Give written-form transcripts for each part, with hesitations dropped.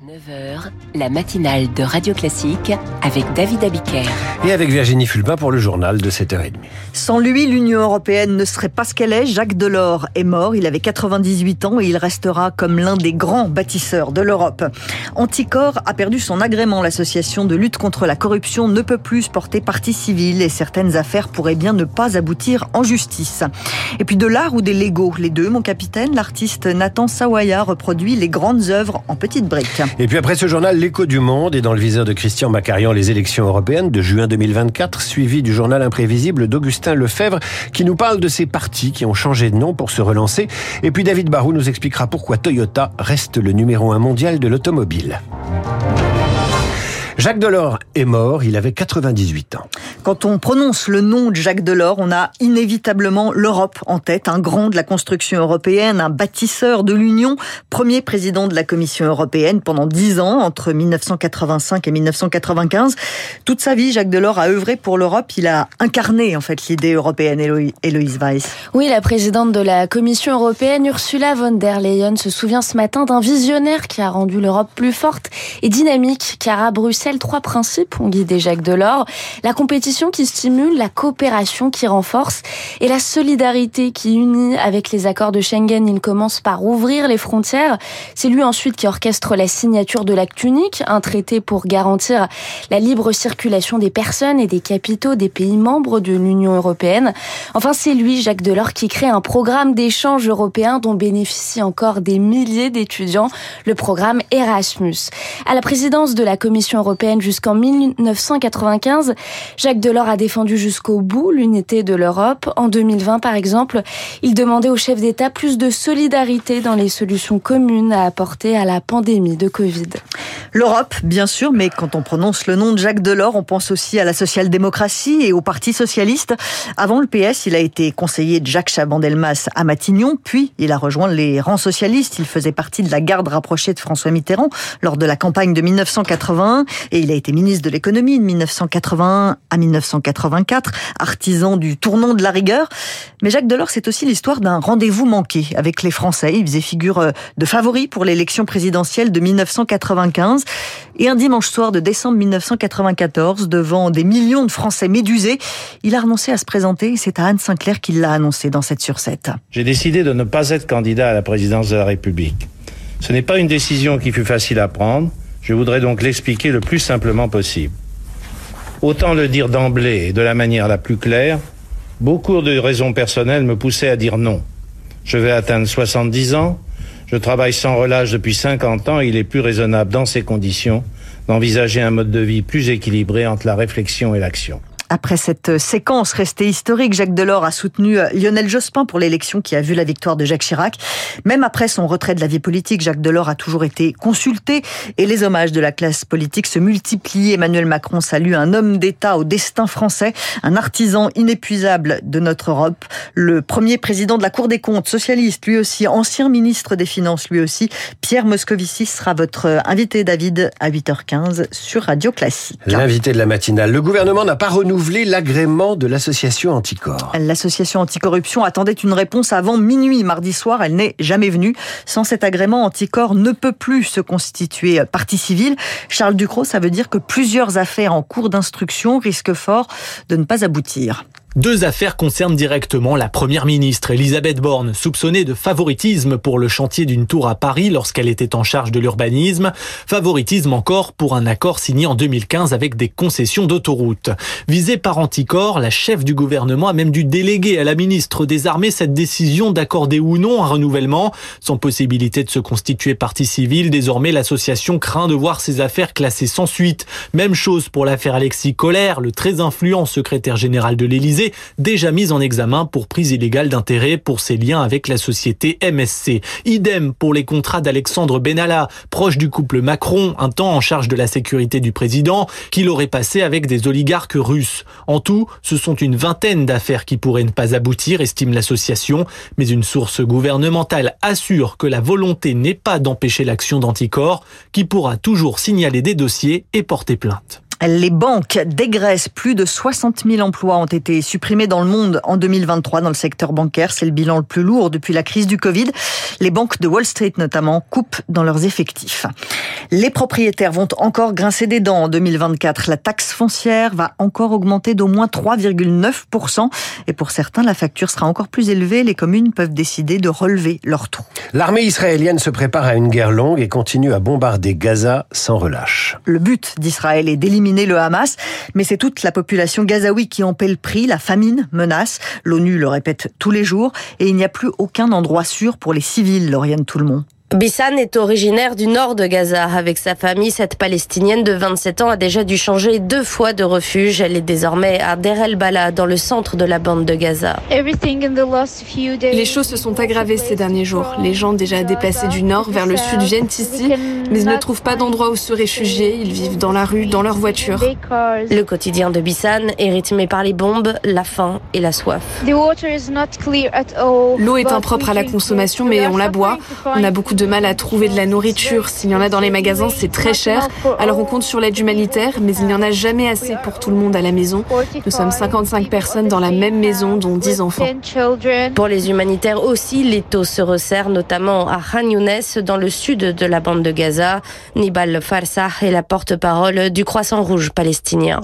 9h, la matinale de Radio Classique avec David Abiker. Et avec Virginie Fulpin pour le journal de 7h30. Sans lui, l'Union européenne ne serait pas ce qu'elle est. Jacques Delors est mort, il avait 98 ans et il restera comme l'un des grands bâtisseurs de l'Europe. Anticor a perdu son agrément. L'association de lutte contre la corruption ne peut plus porter partie civile et certaines affaires pourraient bien ne pas aboutir en justice. Et puis de l'art ou des Lego, les deux, mon capitaine, l'artiste Nathan Sawaya reproduit les grandes œuvres en petites briques. Et puis après ce journal, l'écho du monde est dans le viseur de Christian Macarian, les élections européennes de juin 2024, suivi du journal imprévisible d'Augustin Lefebvre qui nous parle de ces partis qui ont changé de nom pour se relancer. Et puis David Barou nous expliquera pourquoi Toyota reste le numéro 1 mondial de l'automobile. Jacques Delors est mort, il avait 98 ans. Quand on prononce le nom de Jacques Delors, on a inévitablement l'Europe en tête, un grand de la construction européenne, un bâtisseur de l'Union, premier président de la Commission européenne pendant 10 ans, entre 1985 et 1995. Toute sa vie, Jacques Delors a œuvré pour l'Europe, il a incarné en fait l'idée européenne, Héloïse Weiss. Oui, la présidente de la Commission européenne, Ursula von der Leyen, se souvient ce matin d'un visionnaire qui a rendu l'Europe plus forte et dynamique, car à Bruxelles, 3 principes ont guidé Jacques Delors. La compétition qui stimule, la coopération qui renforce et la solidarité qui unit. Avec les accords de Schengen, il commence par ouvrir les frontières. C'est lui ensuite qui orchestre la signature de l'acte unique, un traité pour garantir la libre circulation des personnes et des capitaux des pays membres de l'Union européenne. Enfin, c'est lui, Jacques Delors, qui crée un programme d'échange européen dont bénéficient encore des milliers d'étudiants, le programme Erasmus. À la présidence de la Commission européenne jusqu'en 1995, Jacques Delors a défendu jusqu'au bout l'unité de l'Europe. En 2020, par exemple, il demandait aux chefs d'État plus de solidarité dans les solutions communes à apporter à la pandémie de Covid. L'Europe, bien sûr, mais quand on prononce le nom de Jacques Delors, on pense aussi à la social-démocratie et au Parti socialiste. Avant le PS, il a été conseiller de Jacques Chaban-Delmas à Matignon, puis il a rejoint les rangs socialistes. Il faisait partie de la garde rapprochée de François Mitterrand lors de la campagne de 1981 et il a été ministre de l'économie de 1981 à 1984, artisan du tournant de la rigueur. Mais Jacques Delors, c'est aussi l'histoire d'un rendez-vous manqué avec les Français. Il faisait figure de favori pour l'élection présidentielle de 1995. Et un dimanche soir de décembre 1994, devant des millions de Français médusés, il a renoncé à se présenter et c'est à Anne Sinclair qu'il l'a annoncé dans 7/7. J'ai décidé de ne pas être candidat à la présidence de la République. Ce n'est pas une décision qui fut facile à prendre. Je voudrais donc l'expliquer le plus simplement possible. Autant le dire d'emblée et de la manière la plus claire, beaucoup de raisons personnelles me poussaient à dire non. Je vais atteindre 70 ans, je travaille sans relâche depuis 50 ans et il est plus raisonnable dans ces conditions d'envisager un mode de vie plus équilibré entre la réflexion et l'action. Après cette séquence restée historique, Jacques Delors a soutenu Lionel Jospin pour l'élection qui a vu la victoire de Jacques Chirac. Même après son retrait de la vie politique, Jacques Delors a toujours été consulté et les hommages de la classe politique se multiplient. Emmanuel Macron salue un homme d'État au destin français, un artisan inépuisable de notre Europe. Le premier président de la Cour des comptes, socialiste, lui aussi, ancien ministre des Finances, lui aussi, Pierre Moscovici sera votre invité, David, à 8h15 sur Radio Classique. L'invité de la matinale. Le gouvernement n'a pas renouvelé l'agrément de l'association Anticor. L'association anticorruption attendait une réponse avant minuit mardi soir. Elle n'est jamais venue. Sans cet agrément, Anticor ne peut plus se constituer partie civile. Charles Ducrot, ça veut dire que plusieurs affaires en cours d'instruction risquent fort de ne pas aboutir. 2 affaires concernent directement la première ministre, Elisabeth Borne, soupçonnée de favoritisme pour le chantier d'une tour à Paris lorsqu'elle était en charge de l'urbanisme. Favoritisme encore pour un accord signé en 2015 avec des concessions d'autoroute. Visée par Anticor, la chef du gouvernement a même dû déléguer à la ministre des Armées cette décision d'accorder ou non un renouvellement. Sans possibilité de se constituer partie civile, désormais l'association craint de voir ses affaires classées sans suite. Même chose pour l'affaire Alexis Kohler, le très influent secrétaire général de l'Élysée, déjà mis en examen pour prise illégale d'intérêt pour ses liens avec la société MSC. Idem pour les contrats d'Alexandre Benalla, proche du couple Macron, un temps en charge de la sécurité du président, qu'il aurait passé avec des oligarques russes. En tout, ce sont une vingtaine d'affaires qui pourraient ne pas aboutir, estime l'association, mais une source gouvernementale assure que la volonté n'est pas d'empêcher l'action d'Anticor, qui pourra toujours signaler des dossiers et porter plainte. Les banques dégraissent. Plus de 60 000 emplois ont été supprimés dans le monde en 2023 dans le secteur bancaire. C'est le bilan le plus lourd depuis la crise du Covid. Les banques de Wall Street notamment coupent dans leurs effectifs. Les propriétaires vont encore grincer des dents en 2024. La taxe foncière va encore augmenter d'au moins 3,9%. Et pour certains, la facture sera encore plus élevée. Les communes peuvent décider de relever leur trou. L'armée israélienne se prépare à une guerre longue et continue à bombarder Gaza sans relâche. Le but d'Israël est d'éliminer le Hamas, mais c'est toute la population gazaoui qui en paie le prix. La famine menace. L'ONU le répète tous les jours et il n'y a plus aucun endroit sûr pour les civils, Lauriane Tout-le-Monde. Bissan est originaire du nord de Gaza. Avec sa famille, cette Palestinienne de 27 ans a déjà dû changer 2 fois de refuge. Elle est désormais à Deir el-Bala, dans le centre de la bande de Gaza. Les choses se sont aggravées ces derniers jours. Les gens déjà déplacés du nord vers le sud viennent ici, mais ils ne trouvent pas d'endroit où se réfugier. Ils vivent dans la rue, dans leur voiture. Le quotidien de Bissan est rythmé par les bombes, la faim et la soif. L'eau est impropre à la consommation, mais on la boit. On a beaucoup de mal à trouver de la nourriture. S'il y en a dans les magasins, c'est très cher. Alors on compte sur l'aide humanitaire, mais il n'y en a jamais assez pour tout le monde à la maison. Nous sommes 55 personnes dans la même maison, dont 10 enfants. Pour les humanitaires aussi, les taux se resserrent, notamment à Khan Younes, dans le sud de la bande de Gaza. Nibal Farsah est la porte-parole du Croissant Rouge palestinien.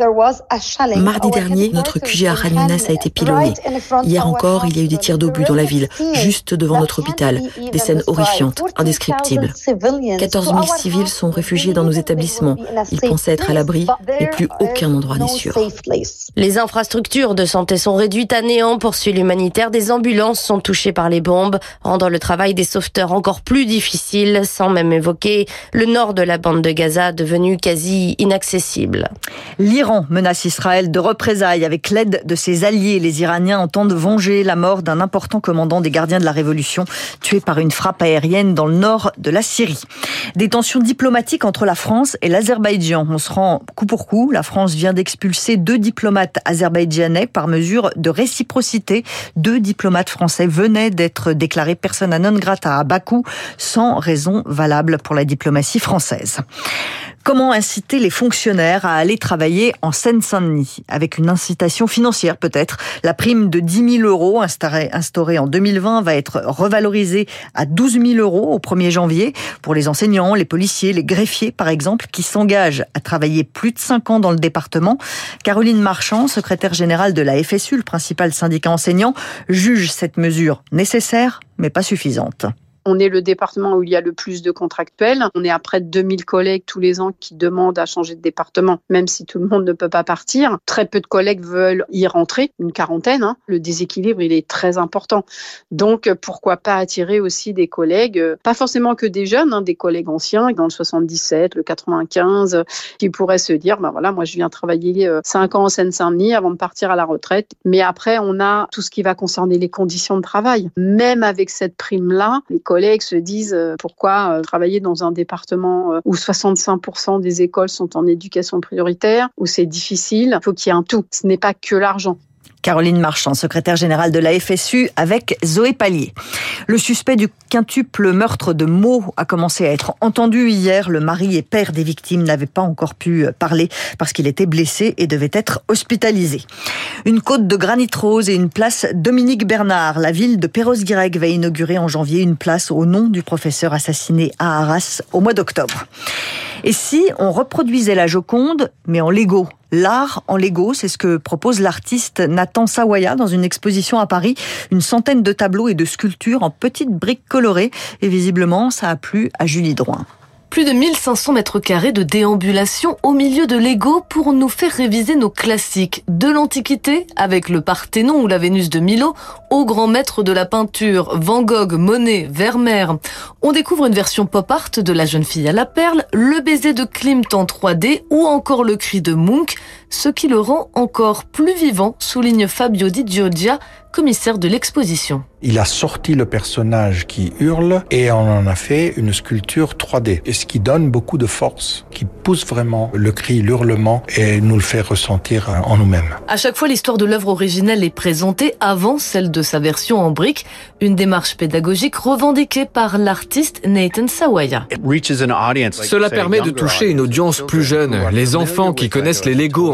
Mardi dernier, notre QG à Khan Younes a été pilonné. Hier encore, il y a eu des tirs d'obus dans la ville, juste devant notre hôpital. Des scènes horrifiantes, indescriptibles. 14 000 civils sont réfugiés dans nos établissements. Ils pensaient être à l'abri, mais plus aucun endroit n'est sûr. Les infrastructures de santé sont réduites à néant, poursuit l'humanitaire. Des ambulances sont touchées par les bombes, rendant le travail des sauveteurs encore plus difficile, sans même évoquer le nord de la bande de Gaza, devenu quasi inaccessible. L'Iran menace Israël de représailles avec l'aide de ses alliés. Les Iraniens entendent venger la mort d'un important commandant des gardiens de la Révolution, tué par une frappe aérienne dans le nord de la Syrie. Des tensions diplomatiques entre la France et l'Azerbaïdjan. On se rend coup pour coup. La France vient d'expulser 2 diplomates azerbaïdjanais par mesure de réciprocité. 2 diplomates français venaient d'être déclarés persona non grata à Bakou sans raison valable pour la diplomatie française. Comment inciter les fonctionnaires à aller travailler en Seine-Saint-Denis? Avec une incitation financière peut-être. La prime de 10 000 € instaurée en 2020 va être revalorisée à 12 000 € au 1er janvier pour les enseignants, les policiers, les greffiers par exemple, qui s'engagent à travailler plus de 5 ans dans le département. Caroline Marchand, secrétaire générale de la FSU, le principal syndicat enseignant, juge cette mesure nécessaire mais pas suffisante. On est le département où il y a le plus de contractuels. On est à près de 2000 collègues tous les ans qui demandent à changer de département, même si tout le monde ne peut pas partir. Très peu de collègues veulent y rentrer, une quarantaine. Le déséquilibre, il est très important. Donc, pourquoi pas attirer aussi des collègues, pas forcément que des jeunes, des collègues anciens, dans le 77, le 95, qui pourraient se dire, voilà, moi je viens travailler 5 ans en Seine-Saint-Denis avant de partir à la retraite. Mais après, on a tout ce qui va concerner les conditions de travail. Même avec cette prime-là, les collègues se disent pourquoi travailler dans un département où 65% des écoles sont en éducation prioritaire, où c'est difficile. Il faut qu'il y ait un tout. Ce n'est pas que l'argent. Caroline Marchand, secrétaire générale de la FSU, avec Zoé Pallier. Le suspect du quintuple meurtre de Meaux a commencé à être entendu hier. Le mari et père des victimes n'avaient pas encore pu parler parce qu'il était blessé et devait être hospitalisé. Une côte de granit rose et une place Dominique Bernard. La ville de Perros-Guirec va inaugurer en janvier une place au nom du professeur assassiné à Arras au mois d'octobre. Et si on reproduisait la Joconde, mais en Lego? L'art en Lego, c'est ce que propose l'artiste Nathan Sawaya dans une exposition à Paris. Une centaine de tableaux et de sculptures en petites briques colorées. Et visiblement, ça a plu à Julie Drouin. Plus de 1500 mètres carrés de déambulation au milieu de Lego pour nous faire réviser nos classiques. De l'Antiquité, avec le Parthénon ou la Vénus de Milo, au grand maître de la peinture, Van Gogh, Monet, Vermeer. On découvre une version pop art de La jeune fille à la perle, le baiser de Klimt en 3D ou encore le cri de Munch, ce qui le rend encore plus vivant, souligne Fabio Di Giorgia, commissaire de l'exposition. Il a sorti le personnage qui hurle et on en a fait une sculpture 3D. Et ce qui donne beaucoup de force, qui pousse vraiment le cri, l'hurlement et nous le fait ressentir en nous-mêmes. À chaque fois, l'histoire de l'œuvre originelle est présentée avant celle de sa version en briques. Une démarche pédagogique revendiquée par l'artiste Nathan Sawaya. Cela permet de toucher une audience plus jeune. Les enfants qui connaissent les Lego en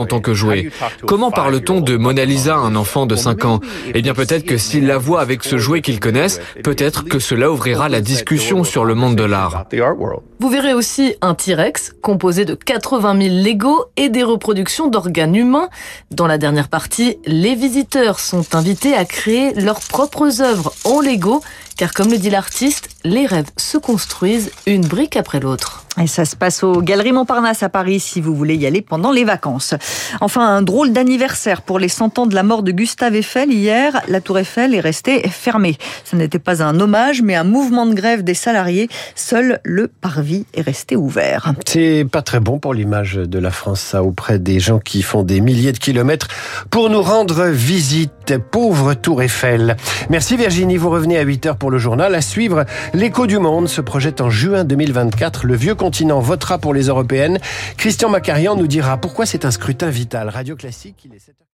tant que jouet. Comment parle-t-on de Mona Lisa à un enfant de 5 ans ? Eh bien peut-être que s'ils la voient avec ce jouet qu'ils connaissent, peut-être que cela ouvrira la discussion sur le monde de l'art. Vous verrez aussi un T-Rex composé de 80 000 Lego et des reproductions d'organes humains. Dans la dernière partie, les visiteurs sont invités à créer leurs propres œuvres en Lego, car comme le dit l'artiste, les rêves se construisent une brique après l'autre. Et ça se passe aux Galeries Montparnasse à Paris si vous voulez y aller pendant les vacances. Enfin, un drôle d'anniversaire pour les 100 ans de la mort de Gustave Eiffel. Hier, la Tour Eiffel est restée fermée. Ce n'était pas un hommage, mais un mouvement de grève des salariés. Seul le parvis est resté ouvert. C'est pas très bon pour l'image de la France, ça, auprès des gens qui font des milliers de kilomètres pour nous rendre visite. Pauvre Tour Eiffel. Merci Virginie, vous revenez à 8h pour le journal. À suivre, l'Écho du Monde se projette en juin 2024. Le vieux continent votera pour les européennes. Christian Macarian nous dira pourquoi c'est un scrutin vital. Radio Classique, il est 7h.